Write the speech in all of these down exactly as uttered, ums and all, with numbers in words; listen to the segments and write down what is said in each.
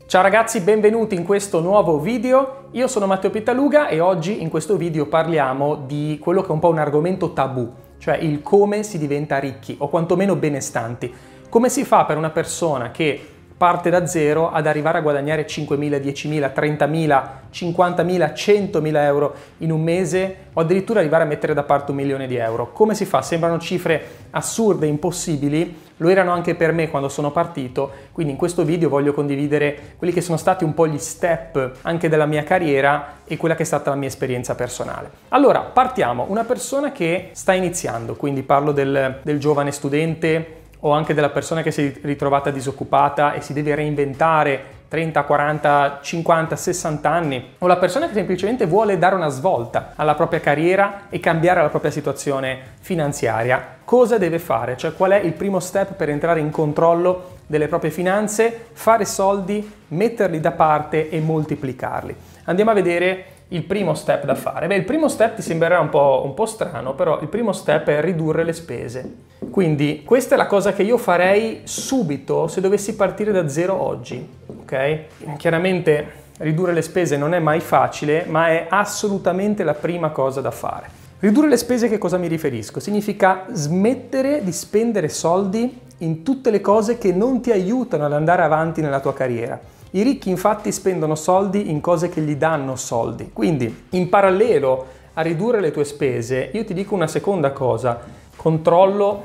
Ciao ragazzi, benvenuti in questo nuovo video. Io sono Matteo Pittaluga e oggi in questo video parliamo di quello che è un po' un argomento tabù, cioè il come si diventa ricchi o quantomeno benestanti. Come si fa per una persona che parte da zero ad arrivare a guadagnare cinquemila, diecimila, trentamila, cinquantamila, centomila euro in un mese o addirittura arrivare a mettere da parte un milione di euro? Come si fa? Sembrano cifre assurde, impossibili, lo erano anche per me quando sono partito, quindi in questo video voglio condividere quelli che sono stati un po' gli step anche della mia carriera e quella che è stata la mia esperienza personale. Allora, partiamo. Una persona che sta iniziando, quindi parlo del, del giovane studente o anche della persona che si è ritrovata disoccupata e si deve reinventare trenta, quaranta, cinquanta, sessanta anni, o la persona che semplicemente vuole dare una svolta alla propria carriera e cambiare la propria situazione finanziaria. Cosa deve fare? Cioè qual è il primo step per entrare in controllo delle proprie finanze, fare soldi, metterli da parte e moltiplicarli? Andiamo a vedere il primo step da fare. Beh, il primo step ti sembrerà un po', un po' strano, però il primo step è ridurre le spese. Quindi questa è la cosa che io farei subito se dovessi partire da zero oggi, ok? Chiaramente ridurre le spese non è mai facile, ma è assolutamente la prima cosa da fare. Ridurre le spese, che cosa mi riferisco? Significa smettere di spendere soldi in tutte le cose che non ti aiutano ad andare avanti nella tua carriera. I ricchi infatti spendono soldi in cose che gli danno soldi. Quindi, in parallelo a ridurre le tue spese, io ti dico una seconda cosa: controllo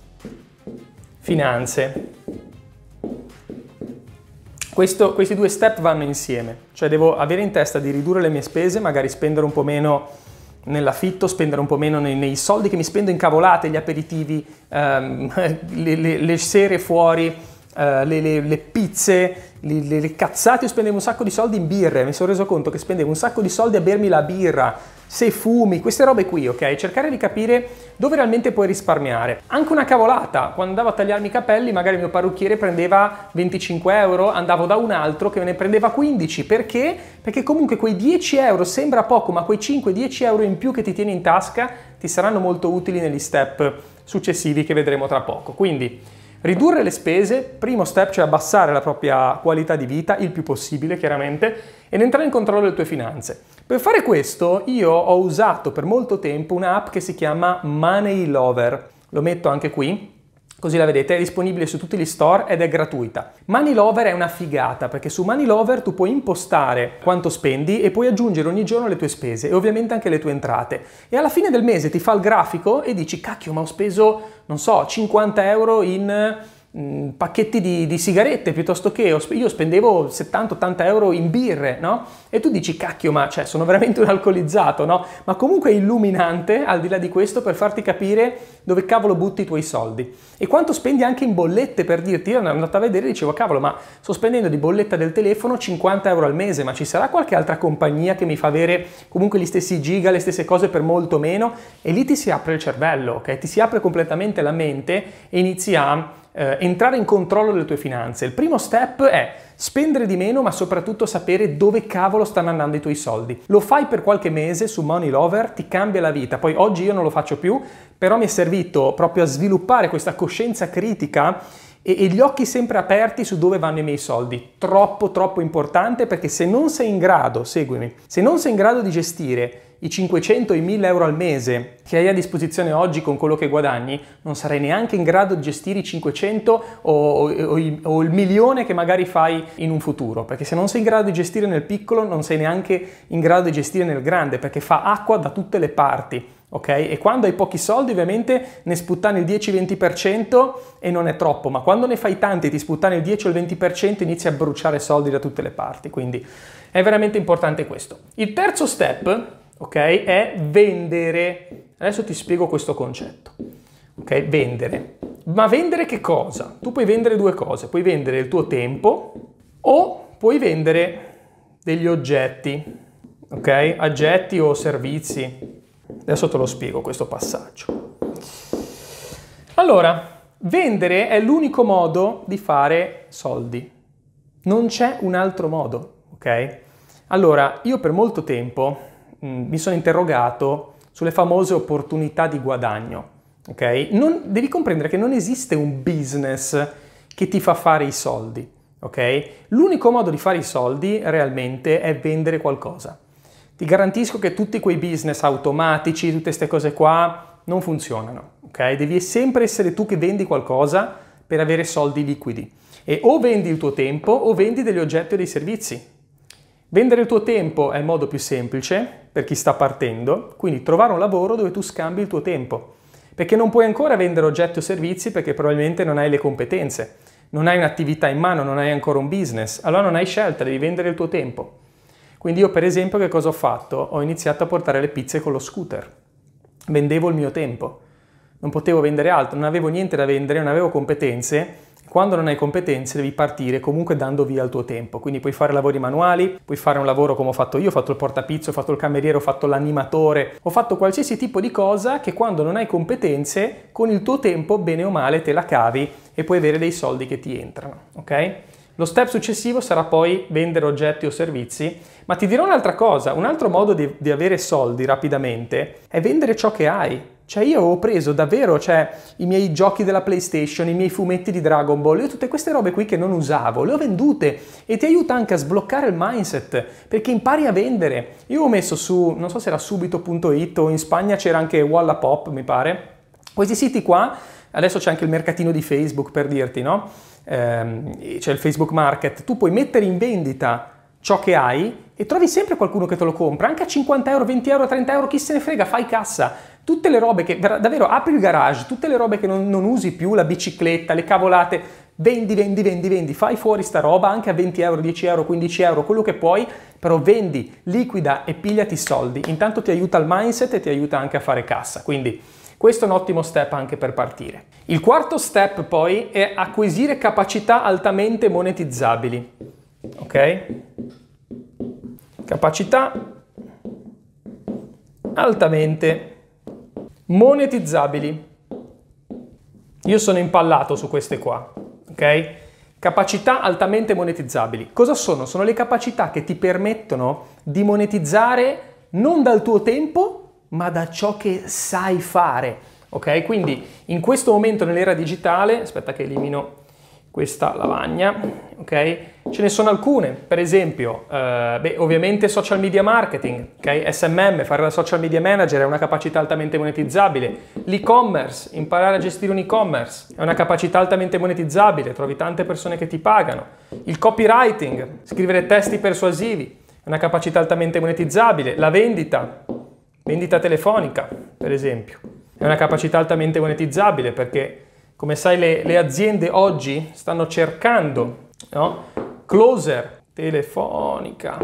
finanze. Questo, questi due step vanno insieme, cioè devo avere in testa di ridurre le mie spese, magari spendere un po' meno nell'affitto, spendere un po' meno nei, nei soldi che mi spendo in cavolate, gli aperitivi, ehm, le, le, le sere fuori, Uh, le, le, le pizze, le, le, le cazzate. Io spendevo un sacco di soldi in birre, mi sono reso conto che spendevo un sacco di soldi a bermi la birra, se fumi, queste robe qui, ok? Cercare di capire dove realmente puoi risparmiare. Anche una cavolata: quando andavo a tagliarmi i capelli, magari il mio parrucchiere prendeva venticinque euro, andavo da un altro che me ne prendeva quindici. Perché? Perché comunque quei dieci euro sembra poco, ma quei cinque dieci euro in più che ti tieni in tasca ti saranno molto utili negli step successivi che vedremo tra poco. Quindi ridurre le spese, primo step, cioè abbassare la propria qualità di vita il più possibile, chiaramente, ed entrare in controllo delle tue finanze. Per fare questo io ho usato per molto tempo un'app che si chiama Money Lover. Lo metto anche qui, così la vedete, è disponibile su tutti gli store ed è gratuita. Money Lover è una figata, perché su Money Lover tu puoi impostare quanto spendi e puoi aggiungere ogni giorno le tue spese e ovviamente anche le tue entrate. E alla fine del mese ti fa il grafico e dici: cacchio, ma ho speso, non so, cinquanta euro in mh, pacchetti di, di sigarette, piuttosto che io spendevo settanta ottanta euro in birre, no? E tu dici: cacchio, ma cioè, sono veramente un alcolizzato, no? Ma comunque è illuminante, al di là di questo, per farti capire dove cavolo butti i tuoi soldi e quanto spendi anche in bollette. Per dirti, io ero andato a vedere e dicevo: cavolo, ma sto spendendo di bolletta del telefono cinquanta euro al mese, ma ci sarà qualche altra compagnia che mi fa avere comunque gli stessi giga, le stesse cose per molto meno? E lì ti si apre il cervello, ok? Ti si apre completamente la mente e inizi a eh, entrare in controllo delle tue finanze. Il primo step è spendere di meno, ma soprattutto sapere dove cavolo stanno andando i tuoi soldi. Lo fai per qualche mese su Money Lover, ti cambia la vita. Poi oggi io non lo faccio più, però mi è servito proprio a sviluppare questa coscienza critica e, e gli occhi sempre aperti su dove vanno i miei soldi. Troppo, troppo importante, perché se non sei in grado, seguimi, se non sei in grado di gestire i cinquecento, i mille euro al mese che hai a disposizione oggi con quello che guadagni, non sarai neanche in grado di gestire i cinquecento o, o, o, o il milione che magari fai in un futuro, perché se non sei in grado di gestire nel piccolo non sei neanche in grado di gestire nel grande, perché fa acqua da tutte le parti, ok? E quando hai pochi soldi ovviamente ne sputtani il dieci venti per cento e non è troppo, ma quando ne fai tanti e ti sputtani il dieci o il venti per cento inizi a bruciare soldi da tutte le parti, quindi è veramente importante questo. Il terzo step, ok, è vendere. Adesso ti spiego questo concetto. Ok, vendere. Ma vendere che cosa? Tu puoi vendere due cose. Puoi vendere il tuo tempo o puoi vendere degli oggetti, ok? Oggetti o servizi. Adesso te lo spiego questo passaggio. Allora, vendere è l'unico modo di fare soldi. Non c'è un altro modo, ok? Allora, io per molto tempo mi sono interrogato sulle famose opportunità di guadagno, ok? Non, devi comprendere che non esiste un business che ti fa fare i soldi, ok? L'unico modo di fare i soldi realmente è vendere qualcosa. Ti garantisco che tutti quei business automatici, tutte queste cose qua, non funzionano, ok? Devi sempre essere tu che vendi qualcosa per avere soldi liquidi. E o vendi il tuo tempo o vendi degli oggetti o dei servizi. Vendere il tuo tempo è il modo più semplice per chi sta partendo, quindi trovare un lavoro dove tu scambi il tuo tempo. Perché non puoi ancora vendere oggetti o servizi perché probabilmente non hai le competenze, non hai un'attività in mano, non hai ancora un business, allora non hai scelta, devi vendere il tuo tempo. Quindi io per esempio che cosa ho fatto? Ho iniziato a portare le pizze con lo scooter, vendevo il mio tempo, non potevo vendere altro, non avevo niente da vendere, non avevo competenze. Quando non hai competenze devi partire comunque dando via il tuo tempo, quindi puoi fare lavori manuali, puoi fare un lavoro come ho fatto io, ho fatto il portapizza, ho fatto il cameriere, ho fatto l'animatore, ho fatto qualsiasi tipo di cosa che quando non hai competenze con il tuo tempo bene o male te la cavi e puoi avere dei soldi che ti entrano, ok? Lo step successivo sarà poi vendere oggetti o servizi, ma ti dirò un'altra cosa, un altro modo di, di avere soldi rapidamente è vendere ciò che hai. Cioè io ho preso davvero, cioè, i miei giochi della PlayStation, i miei fumetti di Dragon Ball, io tutte queste robe qui che non usavo, le ho vendute e ti aiuta anche a sbloccare il mindset, perché impari a vendere. Io ho messo su, non so se era subito punto it o in Spagna c'era anche Wallapop, mi pare, questi siti qua, adesso c'è anche il mercatino di Facebook per dirti, no? Ehm, c'è il Facebook Market, tu puoi mettere in vendita ciò che hai e trovi sempre qualcuno che te lo compra, anche a cinquanta euro, venti euro, trenta euro, chi se ne frega, fai cassa. Tutte le robe che, davvero, apri il garage, tutte le robe che non, non usi più, la bicicletta, le cavolate, vendi, vendi, vendi, vendi, fai fuori sta roba anche a venti euro, dieci euro, quindici euro, quello che puoi, però vendi, liquida e pigliati i soldi. Intanto ti aiuta il mindset e ti aiuta anche a fare cassa, quindi questo è un ottimo step anche per partire. Il quarto step poi è acquisire capacità altamente monetizzabili, ok? Capacità altamente monetizzabili. Io sono impallato su queste qua, ok? Capacità altamente monetizzabili. Cosa sono? Sono le capacità che ti permettono di monetizzare non dal tuo tempo, ma da ciò che sai fare, ok? Quindi in questo momento nell'era digitale, aspetta che elimino questa lavagna, ok? Ce ne sono alcune, per esempio, eh, beh, ovviamente social media marketing, ok? S M M, fare la social media manager è una capacità altamente monetizzabile. L'e-commerce, imparare a gestire un e-commerce è una capacità altamente monetizzabile, trovi tante persone che ti pagano. Il copywriting, scrivere testi persuasivi, è una capacità altamente monetizzabile. La vendita, vendita telefonica, per esempio, è una capacità altamente monetizzabile perché come sai le, le aziende oggi stanno cercando, no? Closer, telefonica.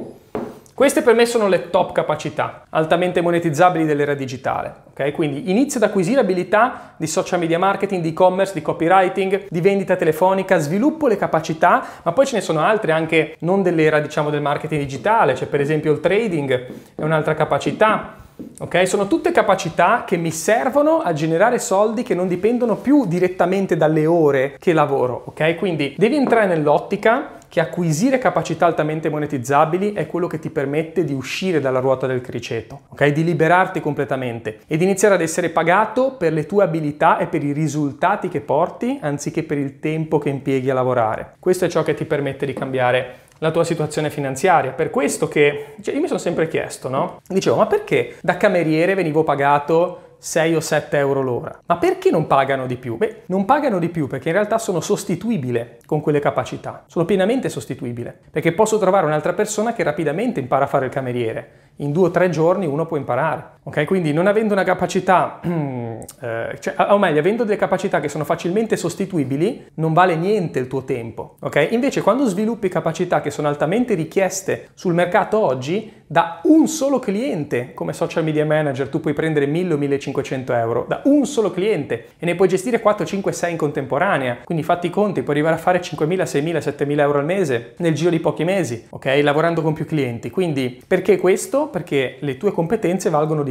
Queste per me sono le top capacità altamente monetizzabili dell'era digitale. Okay? Quindi inizia ad acquisire abilità di social media marketing, di e-commerce, di copywriting, di vendita telefonica, sviluppo le capacità, ma poi ce ne sono altre anche non dell'era diciamo del marketing digitale, c'è per esempio il trading, è un'altra capacità. Ok? Sono tutte capacità che mi servono a generare soldi che non dipendono più direttamente dalle ore che lavoro, ok? Quindi devi entrare nell'ottica che acquisire capacità altamente monetizzabili è quello che ti permette di uscire dalla ruota del criceto, ok? Di liberarti completamente e di iniziare ad essere pagato per le tue abilità e per i risultati che porti anziché per il tempo che impieghi a lavorare. Questo è ciò che ti permette di cambiare la tua situazione finanziaria. Per questo che, cioè io mi sono sempre chiesto, no? Dicevo, ma perché da cameriere venivo pagato sei o sette euro l'ora? Ma perché non pagano di più? Beh, non pagano di più perché in realtà sono sostituibile con quelle capacità. Sono pienamente sostituibile. Perché posso trovare un'altra persona che rapidamente impara a fare il cameriere. In due o tre giorni uno può imparare. Ok? Quindi non avendo una capacità, eh, cioè, o meglio, avendo delle capacità che sono facilmente sostituibili, non vale niente il tuo tempo. Ok? Invece quando sviluppi capacità che sono altamente richieste sul mercato oggi, da un solo cliente, come social media manager, tu puoi prendere mille o millecinquecento euro, da un solo cliente, e ne puoi gestire quattro, cinque, sei in contemporanea. Quindi fatti i conti, puoi arrivare a fare cinquemila, seimila, settemila euro al mese nel giro di pochi mesi, ok? Lavorando con più clienti. Quindi perché questo? Perché le tue competenze valgono di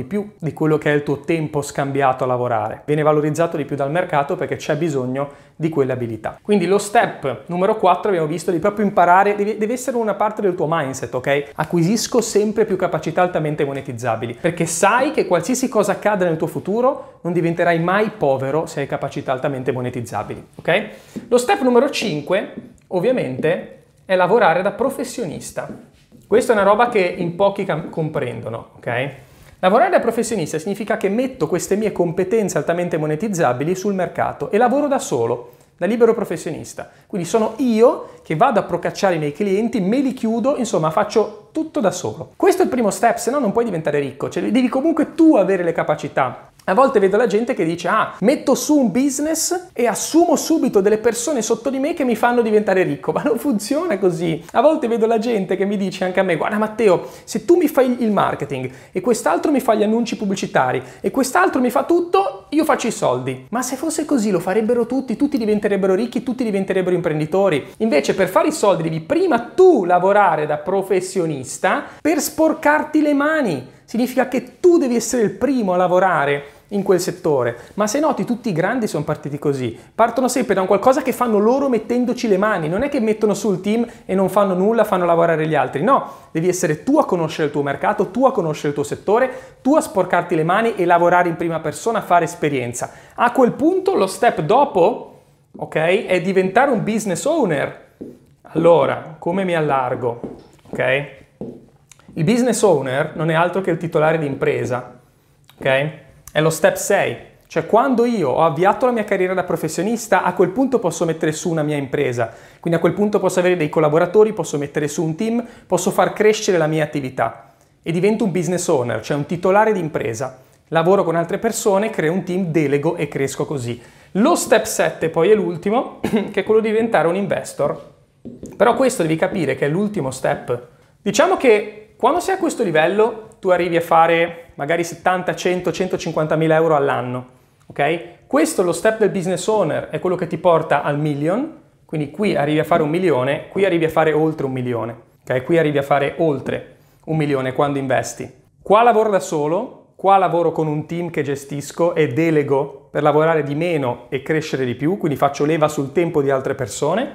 più di quello che è il tuo tempo scambiato a lavorare. Viene valorizzato di più dal mercato perché c'è bisogno di quelle abilità. Quindi lo step numero quattro abbiamo visto di proprio imparare, deve, deve essere una parte del tuo mindset, ok? Acquisisco sempre più capacità altamente monetizzabili, perché sai che qualsiasi cosa accada nel tuo futuro non diventerai mai povero se hai capacità altamente monetizzabili, ok? Lo step numero cinque, ovviamente, è lavorare da professionista. Questa è una roba che in pochi comprendono, ok? Lavorare da professionista significa che metto queste mie competenze altamente monetizzabili sul mercato e lavoro da solo, da libero professionista. Quindi sono io che vado a procacciare i miei clienti, me li chiudo, insomma faccio tutto da solo. Questo è il primo step, se no non puoi diventare ricco, cioè devi comunque tu avere le capacità. A volte vedo la gente che dice, ah, metto su un business e assumo subito delle persone sotto di me che mi fanno diventare ricco, ma non funziona così. A volte vedo la gente che mi dice anche a me, guarda Matteo, se tu mi fai il marketing e quest'altro mi fa gli annunci pubblicitari e quest'altro mi fa tutto, io faccio i soldi. Ma se fosse così lo farebbero tutti, tutti diventerebbero ricchi, tutti diventerebbero imprenditori. Invece per fare i soldi devi prima tu lavorare da professionista per sporcarti le mani. Significa che tu devi essere il primo a lavorare in quel settore, ma se noti tutti i grandi sono partiti così, partono sempre da un qualcosa che fanno loro mettendoci le mani, non è che mettono sul team e non fanno nulla, fanno lavorare gli altri, no, devi essere tu a conoscere il tuo mercato, tu a conoscere il tuo settore, tu a sporcarti le mani e lavorare in prima persona, fare esperienza. A quel punto lo step dopo, ok, è diventare un business owner. Allora, come mi allargo, ok? Il business owner non è altro che il titolare di impresa, ok? È lo step sei, cioè quando io ho avviato la mia carriera da professionista, a quel punto posso mettere su una mia impresa, quindi a quel punto posso avere dei collaboratori, posso mettere su un team, posso far crescere la mia attività e divento un business owner, cioè un titolare di impresa. Lavoro con altre persone, creo un team, delego e cresco così. Lo step sette poi è l'ultimo, che è quello di diventare un investor, però questo devi capire che è l'ultimo step. Diciamo che quando sei a questo livello, tu arrivi a fare magari settanta, cento, centocinquantamila euro all'anno, ok? Questo, lo step del business owner, è quello che ti porta al million, quindi qui arrivi a fare un milione, qui arrivi a fare oltre un milione, ok? Qui arrivi a fare oltre un milione quando investi. Qua lavoro da solo, qua lavoro con un team che gestisco e delego per lavorare di meno e crescere di più, quindi faccio leva sul tempo di altre persone.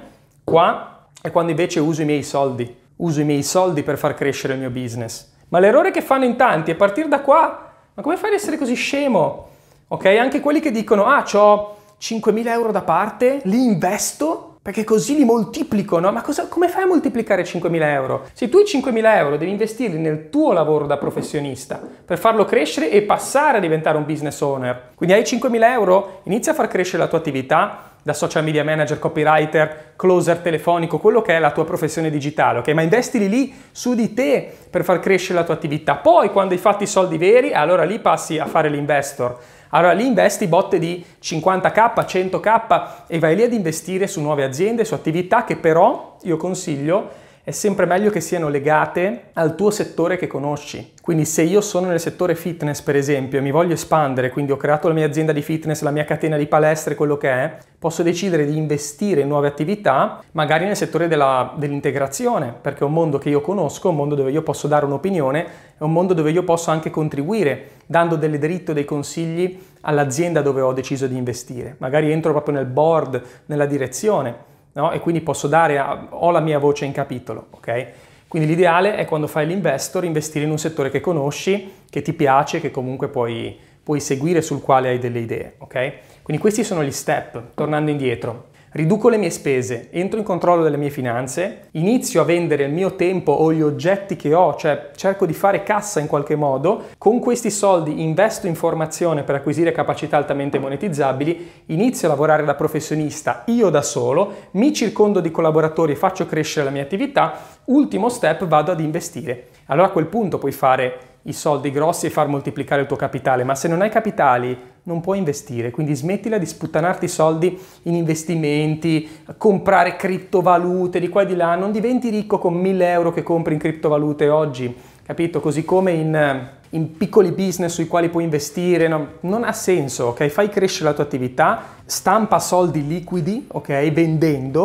Qua è quando invece uso i miei soldi. Uso i miei soldi per far crescere il mio business. Ma l'errore che fanno in tanti è partire da qua. Ma come fai ad essere così scemo? Ok? Anche quelli che dicono, ah, c'ho cinquemila euro da parte, li investo perché così li moltiplico, no? Ma cosa, come fai a moltiplicare cinquemila euro? Se tu i cinquemila euro devi investirli nel tuo lavoro da professionista per farlo crescere e passare a diventare un business owner. Quindi hai cinquemila euro, inizia a far crescere la tua attività da social media manager, copywriter, closer telefonico, quello che è la tua professione digitale, ok? Ma investili lì su di te per far crescere la tua attività. Poi quando hai fatto i soldi veri, allora lì passi a fare l'investor. Allora lì investi botte di cinquanta k, cento k e vai lì ad investire su nuove aziende, su attività che però io consiglio è sempre meglio che siano legate al tuo settore che conosci. Quindi se io sono nel settore fitness, per esempio, e mi voglio espandere, quindi ho creato la mia azienda di fitness, la mia catena di palestre, quello che è, posso decidere di investire in nuove attività, magari nel settore della, dell'integrazione, perché è un mondo che io conosco, un mondo dove io posso dare un'opinione, è un mondo dove io posso anche contribuire, dando delle dritte o dei consigli all'azienda dove ho deciso di investire. Magari entro proprio nel board, nella direzione, no? E quindi posso dare, a, ho la mia voce in capitolo, ok? Quindi l'ideale è quando fai l'investor investire in un settore che conosci, che ti piace, che comunque puoi, puoi seguire, sul quale hai delle idee, ok? Quindi questi sono gli step, tornando indietro. Riduco le mie spese, entro in controllo delle mie finanze, inizio a vendere il mio tempo o gli oggetti che ho, cioè cerco di fare cassa in qualche modo, con questi soldi investo in formazione per acquisire capacità altamente monetizzabili, inizio a lavorare da professionista io da solo, mi circondo di collaboratori e faccio crescere la mia attività, ultimo step vado ad investire. Allora a quel punto puoi fare i soldi grossi e far moltiplicare il tuo capitale, ma se non hai capitali non puoi investire, quindi smettila di sputtanarti i soldi in investimenti, comprare criptovalute di qua e di là, non diventi ricco con mille euro che compri in criptovalute oggi, capito? Così come in, in piccoli business sui quali puoi investire, no? Non ha senso, ok? Fai crescere la tua attività, stampa soldi liquidi, ok? Vendendo,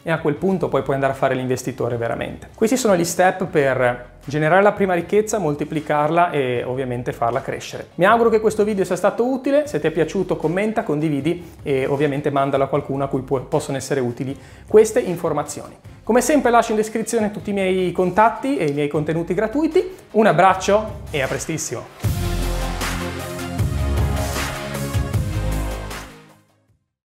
e a quel punto poi puoi andare a fare l'investitore veramente. Questi sono gli step per generare la prima ricchezza, moltiplicarla e ovviamente farla crescere. Mi auguro che questo video sia stato utile, se ti è piaciuto commenta, condividi e ovviamente mandalo a qualcuno a cui possono essere utili queste informazioni. Come sempre lascio in descrizione tutti i miei contatti e i miei contenuti gratuiti. Un abbraccio e a prestissimo!